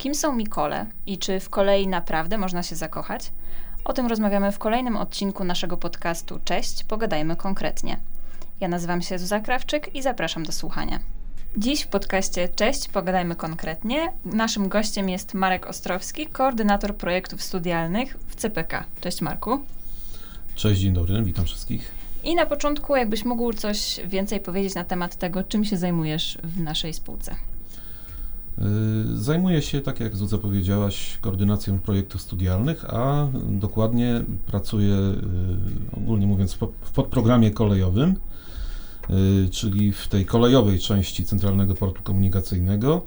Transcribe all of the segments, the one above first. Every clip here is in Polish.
Kim są Mikole i czy w kolei naprawdę można się zakochać? O tym rozmawiamy w kolejnym odcinku naszego podcastu. Cześć, pogadajmy konkretnie. Ja nazywam się Zuza Krawczyk i zapraszam do słuchania. Dziś w podcaście Cześć, pogadajmy konkretnie. Naszym gościem jest Marek Ostrowski, koordynator projektów studialnych w CPK. Cześć Marku. Cześć, dzień dobry, witam wszystkich. I na początku, jakbyś mógł coś więcej powiedzieć na temat tego, czym się zajmujesz w naszej spółce. Zajmuję się, tak jak Zuza powiedziałaś, koordynacją projektów studialnych, a dokładnie pracuję, ogólnie mówiąc, w podprogramie kolejowym, czyli w tej kolejowej części Centralnego Portu Komunikacyjnego.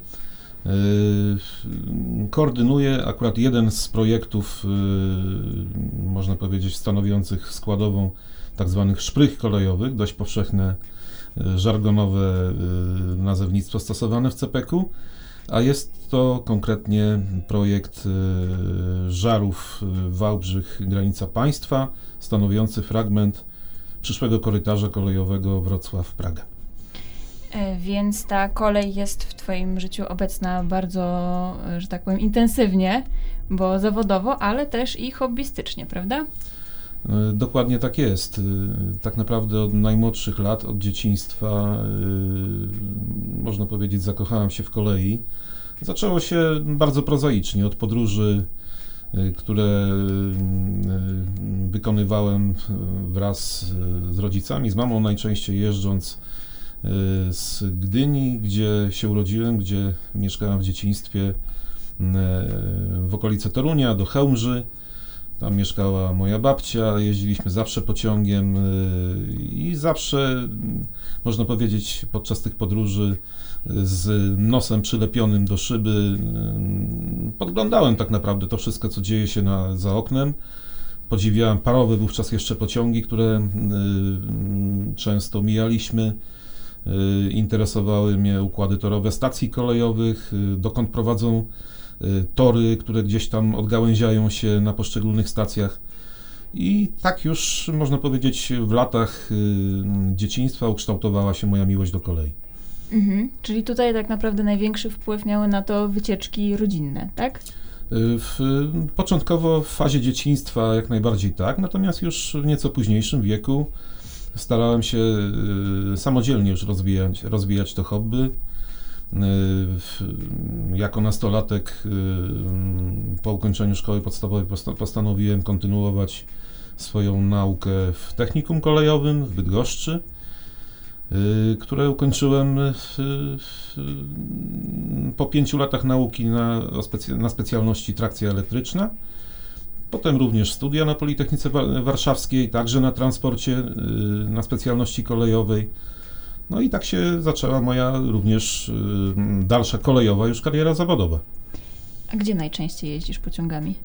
Koordynuję akurat jeden z projektów, można powiedzieć, stanowiących składową tak zwanych szprych kolejowych, dość powszechne, żargonowe nazewnictwo stosowane w CPK-u, a jest to konkretnie projekt Żarów Wałbrzych granica państwa, stanowiący fragment przyszłego korytarza kolejowego Wrocław-Praga. Więc ta kolej jest w Twoim życiu obecna bardzo, że tak powiem, intensywnie, bo zawodowo, ale też i hobbystycznie, prawda? Dokładnie tak jest. Tak naprawdę od najmłodszych lat, od dzieciństwa, można powiedzieć, zakochałem się w kolei. Zaczęło się bardzo prozaicznie, od podróży, które wykonywałem wraz z rodzicami, z mamą najczęściej jeżdżąc z Gdyni, gdzie się urodziłem, gdzie mieszkałem w dzieciństwie, w okolice Torunia, do Chełmży. Tam mieszkała moja babcia, jeździliśmy zawsze pociągiem i zawsze, można powiedzieć, podczas tych podróży z nosem przylepionym do szyby podglądałem tak naprawdę to wszystko, co dzieje się za oknem. Podziwiałem parowe wówczas jeszcze pociągi, które często mijaliśmy. Interesowały mnie układy torowe stacji kolejowych, dokąd prowadzą tory, które gdzieś tam odgałęziają się na poszczególnych stacjach. I tak już, można powiedzieć, w latach dzieciństwa ukształtowała się moja miłość do kolei. Czyli tutaj tak naprawdę największy wpływ miały na to wycieczki rodzinne, tak? Początkowo w fazie dzieciństwa jak najbardziej tak, natomiast już w nieco późniejszym wieku starałem się samodzielnie już rozwijać to hobby. Jako nastolatek po ukończeniu szkoły podstawowej postanowiłem kontynuować swoją naukę w technikum kolejowym w Bydgoszczy, które ukończyłem po 5 latach nauki na specjalności trakcja elektryczna. Potem również studia na Politechnice Warszawskiej, także na transporcie, na specjalności kolejowej. No i tak się zaczęła moja również dalsza kolejowa już kariera zawodowa. A gdzie najczęściej jeździsz pociągami?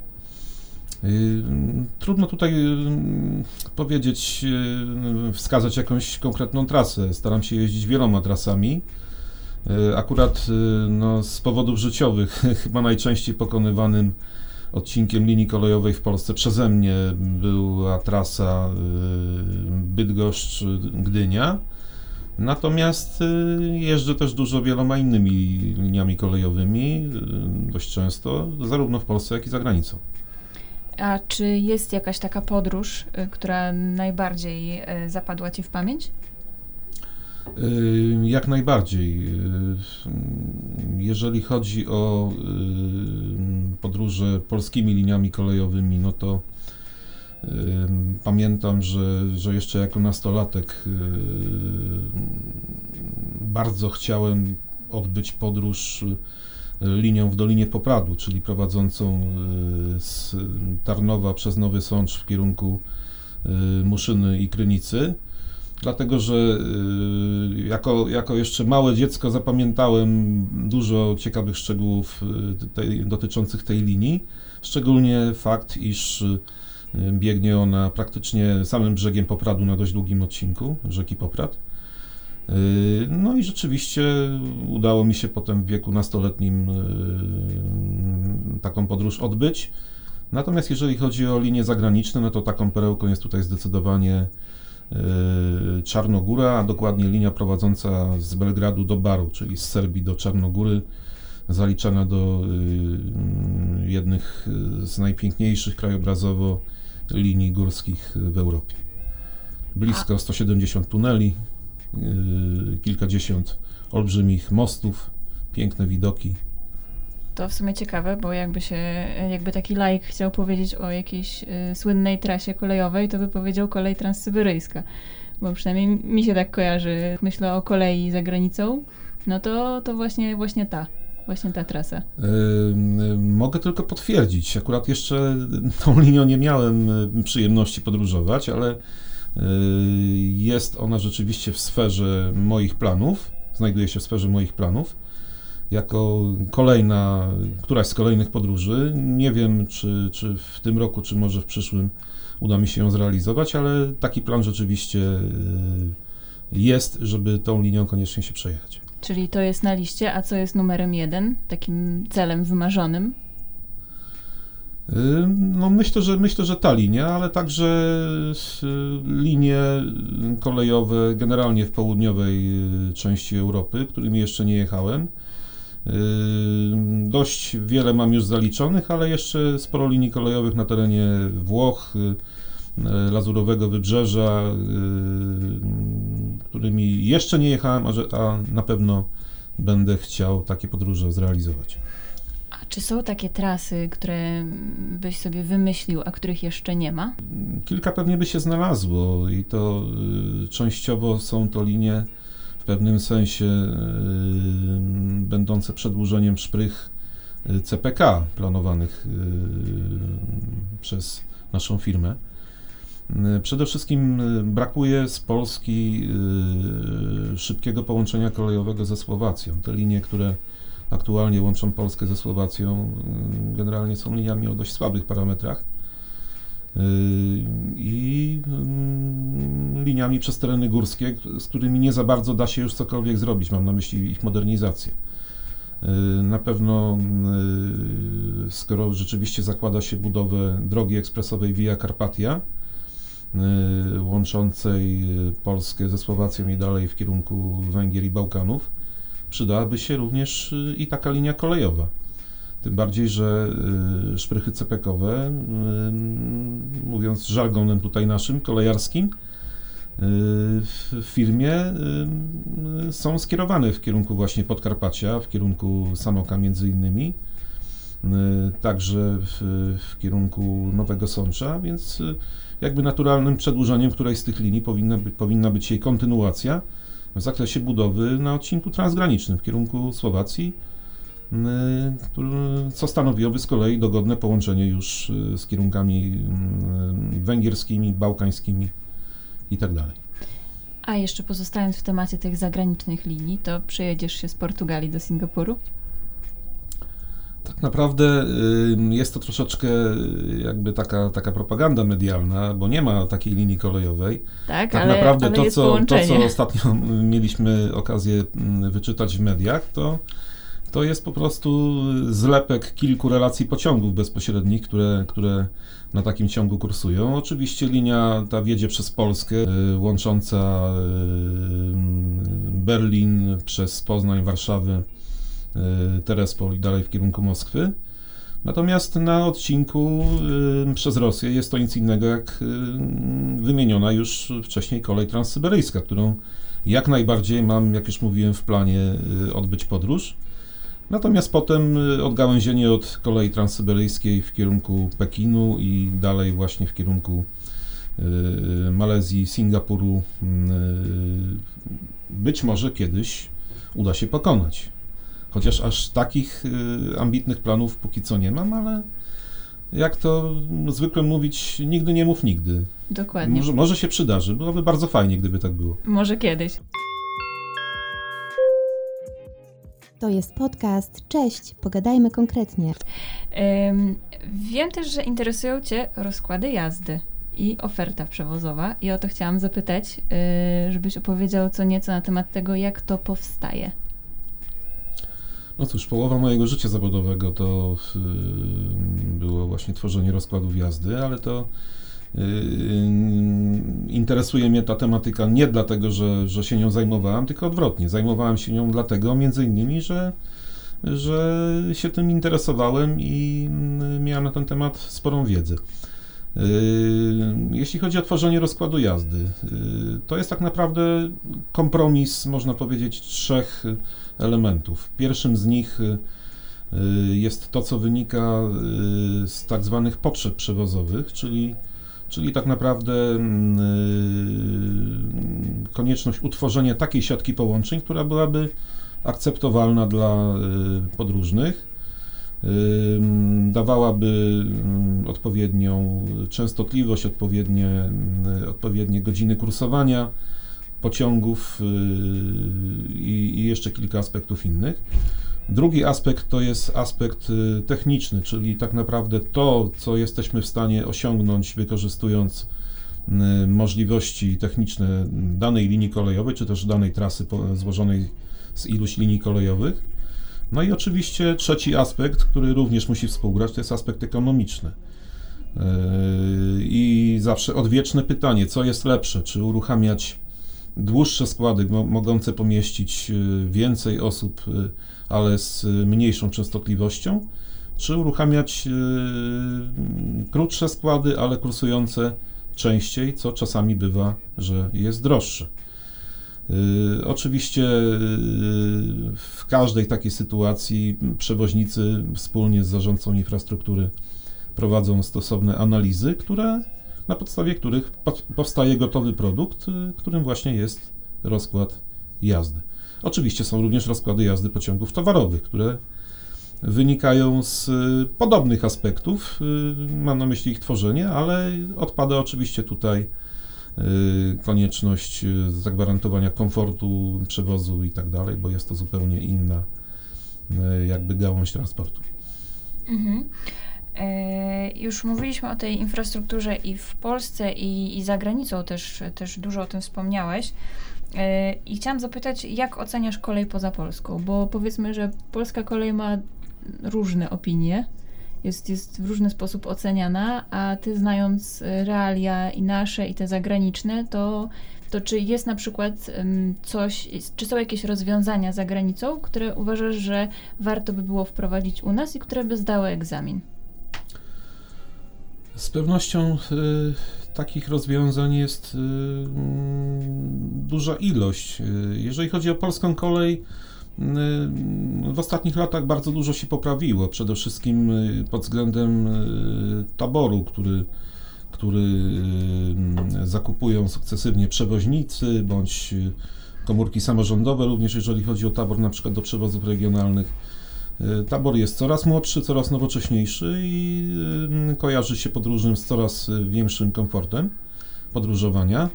Trudno tutaj powiedzieć, wskazać jakąś konkretną trasę. Staram się jeździć wieloma trasami. Akurat z powodów życiowych chyba najczęściej pokonywanym odcinkiem linii kolejowej w Polsce przeze mnie była trasa Bydgoszcz-Gdynia. Natomiast jeżdżę też dużo wieloma innymi liniami kolejowymi, dość często, zarówno w Polsce, jak i za granicą. A czy jest jakaś taka podróż, która najbardziej zapadła Ci w pamięć? Jak najbardziej. Jeżeli chodzi o podróże polskimi liniami kolejowymi, no to pamiętam, że jeszcze jako nastolatek bardzo chciałem odbyć podróż linią w Dolinie Popradu, czyli prowadzącą z Tarnowa przez Nowy Sącz w kierunku Muszyny i Krynicy. Dlatego, że jako jeszcze małe dziecko zapamiętałem dużo ciekawych szczegółów dotyczących tej linii, szczególnie fakt, iż biegnie ona praktycznie samym brzegiem Popradu na dość długim odcinku rzeki Poprad. No i rzeczywiście udało mi się potem w wieku nastoletnim taką podróż odbyć. Natomiast jeżeli chodzi o linie zagraniczne, no to taką perełką jest tutaj zdecydowanie Czarnogóra, a dokładnie linia prowadząca z Belgradu do Baru, czyli z Serbii do Czarnogóry, zaliczana do jednych z najpiękniejszych krajobrazowo linii górskich w Europie. Blisko 170 tuneli, kilkadziesiąt olbrzymich mostów, piękne widoki. To w sumie ciekawe, bo jakby taki laik chciał powiedzieć o jakiejś słynnej trasie kolejowej, to by powiedział kolej transsyberyjska. Bo przynajmniej mi się tak kojarzy. Myślę o kolei za granicą, no to właśnie ta trasa. Mogę tylko potwierdzić. Akurat jeszcze tą linią nie miałem przyjemności podróżować, ale jest ona rzeczywiście w sferze moich planów. Znajduje się w sferze moich planów. Jako któraś z kolejnych podróży. Nie wiem, czy w tym roku, czy może w przyszłym uda mi się ją zrealizować, ale taki plan rzeczywiście jest, żeby tą linią koniecznie się przejechać. Czyli to jest na liście, a co jest numerem 1, takim celem wymarzonym? No myślę, że ta linia, ale także linie kolejowe generalnie w południowej części Europy, którymi jeszcze nie jechałem. Dość wiele mam już zaliczonych, ale jeszcze sporo linii kolejowych na terenie Włoch, Lazurowego Wybrzeża, którymi jeszcze nie jechałem, a na pewno będę chciał takie podróże zrealizować. A czy są takie trasy, które byś sobie wymyślił, a których jeszcze nie ma? Kilka pewnie by się znalazło i to częściowo są to linie w pewnym sensie będące przedłużeniem szprych CPK planowanych przez naszą firmę. Przede wszystkim brakuje z Polski szybkiego połączenia kolejowego ze Słowacją. Te linie, które aktualnie łączą Polskę ze Słowacją, generalnie są liniami o dość słabych parametrach i liniami przez tereny górskie, z którymi nie za bardzo da się już cokolwiek zrobić. Mam na myśli ich modernizację. Na pewno, skoro rzeczywiście zakłada się budowę drogi ekspresowej Via Carpatia, łączącej Polskę ze Słowacją i dalej w kierunku Węgier i Bałkanów, przydałaby się również i taka linia kolejowa. Tym bardziej, że szprychy CPK-owe, mówiąc żargonem tutaj naszym, kolejarskim, w firmie są skierowane w kierunku właśnie Podkarpacia, w kierunku Sanoka między innymi, także w kierunku Nowego Sącza, więc jakby naturalnym przedłużeniem którejś z tych linii powinna być jej kontynuacja w zakresie budowy na odcinku transgranicznym w kierunku Słowacji, co stanowiłoby z kolei dogodne połączenie już z kierunkami węgierskimi, bałkańskimi i tak dalej. A jeszcze pozostając w temacie tych zagranicznych linii, to przejedziesz się z Portugalii do Singapuru? Tak naprawdę jest to troszeczkę jakby taka propaganda medialna, bo nie ma takiej linii kolejowej. Tak, tak ale, naprawdę ale to, co ostatnio mieliśmy okazję wyczytać w mediach, to jest po prostu zlepek kilku relacji pociągów bezpośrednich, które na takim ciągu kursują. Oczywiście linia ta wiedzie przez Polskę, łącząca Berlin przez Poznań, Warszawę, Terespol i dalej w kierunku Moskwy. Natomiast na odcinku przez Rosję jest to nic innego jak wymieniona już wcześniej kolej transsyberyjska, którą jak najbardziej mam, jak już mówiłem, w planie odbyć podróż. Natomiast potem odgałęzienie od kolei transsyberyjskiej w kierunku Pekinu i dalej właśnie w kierunku Malezji, Singapuru być może kiedyś uda się pokonać. Chociaż aż takich ambitnych planów póki co nie mam, ale jak to zwykle mówić, nigdy nie mów nigdy. Dokładnie. Może się przydarzy, byłoby bardzo fajnie, gdyby tak było. Może kiedyś. To jest podcast. Cześć, pogadajmy konkretnie. Wiem też, że interesują Cię rozkłady jazdy i oferta przewozowa i o to chciałam zapytać, żebyś opowiedział co nieco na temat tego, jak to powstaje. No cóż, połowa mojego życia zawodowego to było właśnie tworzenie rozkładów jazdy, ale to interesuje mnie ta tematyka nie dlatego, że się nią zajmowałem, tylko odwrotnie. Zajmowałem się nią dlatego między innymi, że się tym interesowałem i miałem na ten temat sporą wiedzę. Jeśli chodzi o tworzenie rozkładu jazdy, to jest tak naprawdę kompromis, można powiedzieć, 3 elementów. Pierwszym z nich jest to, co wynika z tak zwanych potrzeb przewozowych, czyli tak naprawdę konieczność utworzenia takiej siatki połączeń, która byłaby akceptowalna dla podróżnych, dawałaby odpowiednią częstotliwość, odpowiednie godziny kursowania pociągów i jeszcze kilka aspektów innych. Drugi aspekt to jest aspekt techniczny, czyli tak naprawdę to, co jesteśmy w stanie osiągnąć, wykorzystując możliwości techniczne danej linii kolejowej, czy też danej trasy złożonej z iluś linii kolejowych. No i oczywiście trzeci aspekt, który również musi współgrać, to jest aspekt ekonomiczny. I zawsze odwieczne pytanie, co jest lepsze, czy uruchamiać dłuższe składy mogące pomieścić więcej osób, ale z mniejszą częstotliwością, czy uruchamiać krótsze składy, ale kursujące częściej, co czasami bywa, że jest droższe. Oczywiście w każdej takiej sytuacji przewoźnicy wspólnie z zarządcą infrastruktury prowadzą stosowne analizy, na podstawie których powstaje gotowy produkt, którym właśnie jest rozkład jazdy. Oczywiście są również rozkłady jazdy pociągów towarowych, które wynikają z podobnych aspektów, mam na myśli ich tworzenie, ale odpada oczywiście tutaj konieczność zagwarantowania komfortu przewozu i tak dalej, bo jest to zupełnie inna jakby gałąź transportu. Już mówiliśmy o tej infrastrukturze i w Polsce, i za granicą też dużo o tym wspomniałeś. I chciałam zapytać, jak oceniasz kolej poza Polską? Bo powiedzmy, że polska kolej ma różne opinie, jest w różny sposób oceniana, a ty, znając realia i nasze, i te zagraniczne, to czy jest na przykład coś, czy są jakieś rozwiązania za granicą, które uważasz, że warto by było wprowadzić u nas i które by zdały egzamin? Z pewnością takich rozwiązań jest duża ilość. Jeżeli chodzi o polską kolej, w ostatnich latach bardzo dużo się poprawiło, przede wszystkim pod względem taboru, który zakupują sukcesywnie przewoźnicy bądź komórki samorządowe, również jeżeli chodzi o tabor na przykład do przewozów regionalnych. Tabor jest coraz młodszy, coraz nowocześniejszy i kojarzy się podróżnym z coraz większym komfortem podróżowania.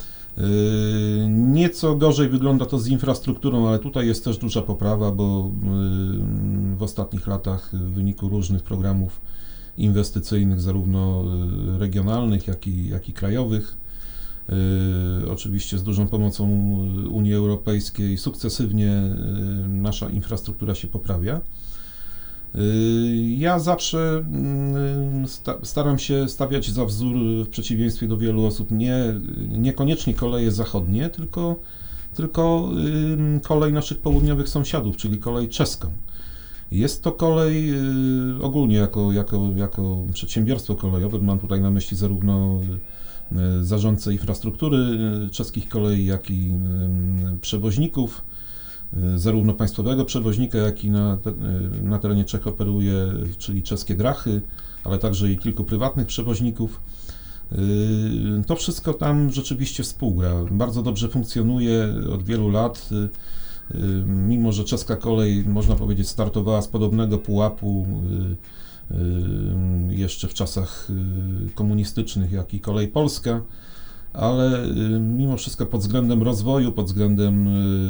Nieco gorzej wygląda to z infrastrukturą, ale tutaj jest też duża poprawa, bo w ostatnich latach w wyniku różnych programów inwestycyjnych, zarówno regionalnych, jak i krajowych, oczywiście z dużą pomocą Unii Europejskiej, sukcesywnie nasza infrastruktura się poprawia. Ja zawsze staram się stawiać za wzór, w przeciwieństwie do wielu osób, niekoniecznie koleje zachodnie, tylko kolej naszych południowych sąsiadów, czyli kolej czeską. Jest to kolej ogólnie jako przedsiębiorstwo kolejowe, mam tutaj na myśli zarówno zarządcę infrastruktury czeskich kolei, jak i przewoźników, zarówno państwowego przewoźnika, jak i na terenie Czech operuje, czyli czeskie Drachy, ale także i kilku prywatnych przewoźników. To wszystko tam rzeczywiście współgra. Bardzo dobrze funkcjonuje od wielu lat, mimo że czeska kolej, można powiedzieć, startowała z podobnego pułapu jeszcze w czasach komunistycznych, jak i kolej polska, ale mimo wszystko pod względem rozwoju, pod względem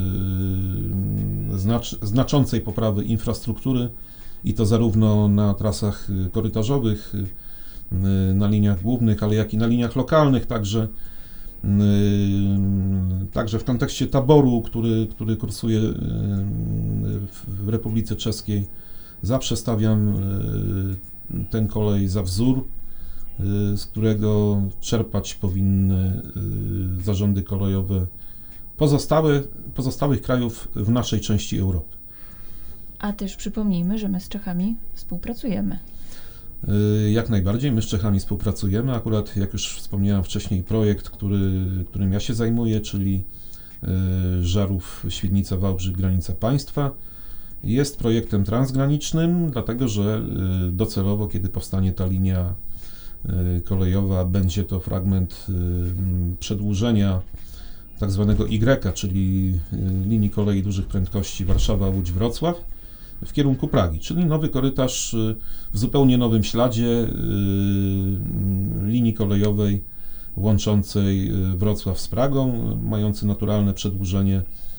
znaczącej poprawy infrastruktury i to zarówno na trasach korytarzowych, na liniach głównych, ale jak i na liniach lokalnych, także w kontekście taboru, który kursuje w Republice Czeskiej, zawsze stawiam tę kolej za wzór, z którego czerpać powinny zarządy kolejowe pozostałych krajów w naszej części Europy. A też przypomnijmy, że my z Czechami współpracujemy. Jak najbardziej, my z Czechami współpracujemy. Akurat, jak już wspomniałem wcześniej, projekt, którym ja się zajmuję, czyli Żarów, Świdnica, Wałbrzych, granica państwa, jest projektem transgranicznym, dlatego że docelowo, kiedy powstanie ta linia kolejowa, będzie to fragment przedłużenia tak zwanego Y, czyli linii kolei dużych prędkości Warszawa-Łódź-Wrocław w kierunku Pragi, czyli nowy korytarz w zupełnie nowym śladzie linii kolejowej łączącej Wrocław z Pragą, mający naturalne przedłużenie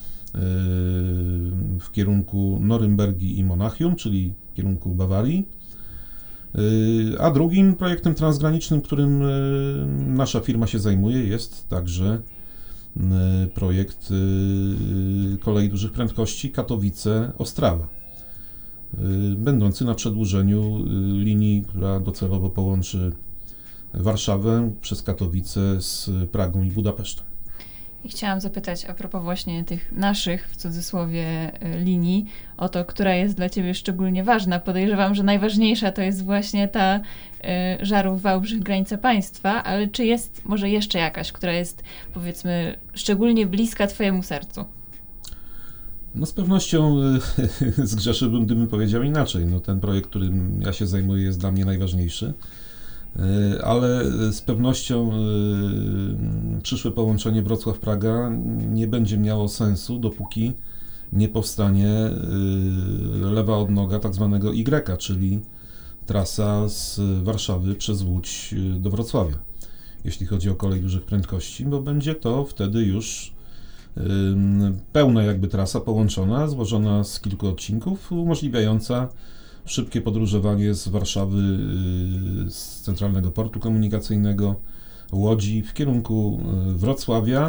w kierunku Norymbergi i Monachium, czyli w kierunku Bawarii. A drugim projektem transgranicznym, którym nasza firma się zajmuje, jest także projekt kolei dużych prędkości Katowice-Ostrawa, będący na przedłużeniu linii, która docelowo połączy Warszawę przez Katowice z Pragą i Budapesztem. I chciałam zapytać a propos właśnie tych naszych, w cudzysłowie, linii, o to, która jest dla Ciebie szczególnie ważna. Podejrzewam, że najważniejsza to jest właśnie ta Żarów-Wałbrzych, granica państwa, ale czy jest może jeszcze jakaś, która jest, powiedzmy, szczególnie bliska Twojemu sercu? No z pewnością zgrzeszyłbym, gdybym powiedział inaczej. No, ten projekt, którym ja się zajmuję, jest dla mnie najważniejszy. Ale z pewnością przyszłe połączenie Wrocław-Praga nie będzie miało sensu, dopóki nie powstanie lewa odnoga tak zwanego Y, czyli trasa z Warszawy przez Łódź do Wrocławia, jeśli chodzi o kolej dużych prędkości, bo będzie to wtedy już pełna jakby trasa połączona, złożona z kilku odcinków, umożliwiająca szybkie podróżowanie z Warszawy, z Centralnego Portu Komunikacyjnego, Łodzi w kierunku Wrocławia,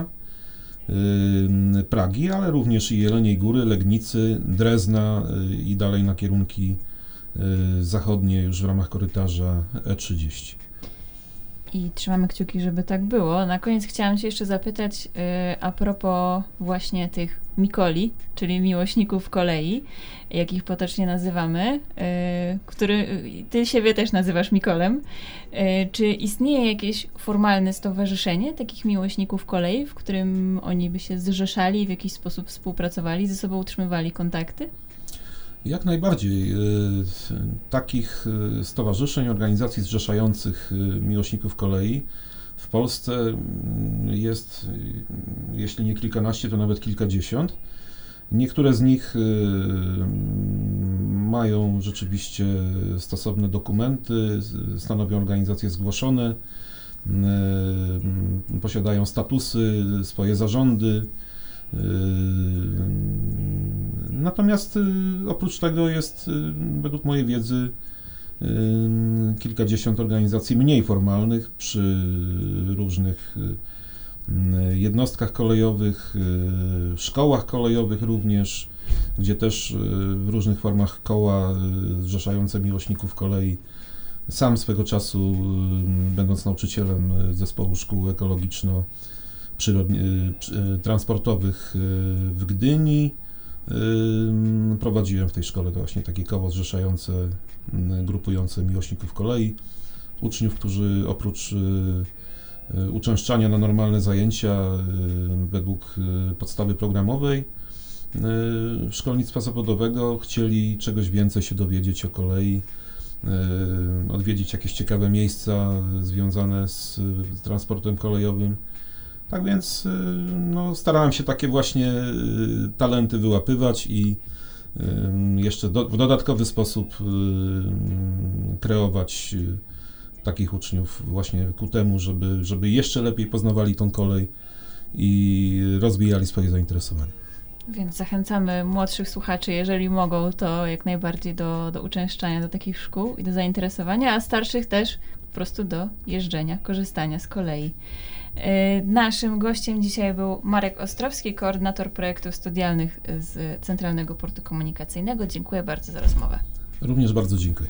Pragi, ale również i Jeleniej Góry, Legnicy, Drezna i dalej na kierunki zachodnie już w ramach korytarza E30. I trzymamy kciuki, żeby tak było. Na koniec chciałam Cię jeszcze zapytać a propos właśnie tych Mikoli, czyli miłośników kolei, jak ich potocznie nazywamy, Ty siebie też nazywasz Mikolem. Czy istnieje jakieś formalne stowarzyszenie takich miłośników kolei, w którym oni by się zrzeszali i w jakiś sposób współpracowali, ze sobą utrzymywali kontakty? Jak najbardziej. Takich stowarzyszeń, organizacji zrzeszających miłośników kolei w Polsce jest, jeśli nie kilkanaście, to nawet kilkadziesiąt. Niektóre z nich mają rzeczywiście stosowne dokumenty, stanowią organizacje zgłoszone, posiadają statusy, swoje zarządy. Natomiast oprócz tego jest według mojej wiedzy kilkadziesiąt organizacji mniej formalnych przy różnych jednostkach kolejowych, szkołach kolejowych również, gdzie też w różnych formach koła zrzeszające miłośników kolei. Sam swego czasu, będąc nauczycielem zespołu szkół ekologiczno-transportowych w Gdyni, prowadziłem w tej szkole to właśnie takie koło zrzeszające, grupujące miłośników kolei, uczniów, którzy oprócz uczęszczania na normalne zajęcia według podstawy programowej szkolnictwa zawodowego chcieli czegoś więcej się dowiedzieć o kolei, odwiedzić jakieś ciekawe miejsca związane z transportem kolejowym. Tak więc no, starałem się takie właśnie talenty wyłapywać i jeszcze w dodatkowy sposób kreować takich uczniów właśnie ku temu, żeby jeszcze lepiej poznawali tą kolej i rozwijali swoje zainteresowania. Więc zachęcamy młodszych słuchaczy, jeżeli mogą, to jak najbardziej do uczęszczania do takich szkół i do zainteresowania, a starszych też po prostu do jeżdżenia, korzystania z kolei. Naszym gościem dzisiaj był Marek Ostrowski, koordynator projektów studialnych z Centralnego Portu Komunikacyjnego. Dziękuję bardzo za rozmowę. Również bardzo dziękuję.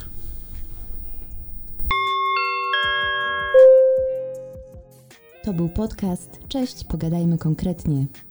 To był podcast Cześć, pogadajmy konkretnie.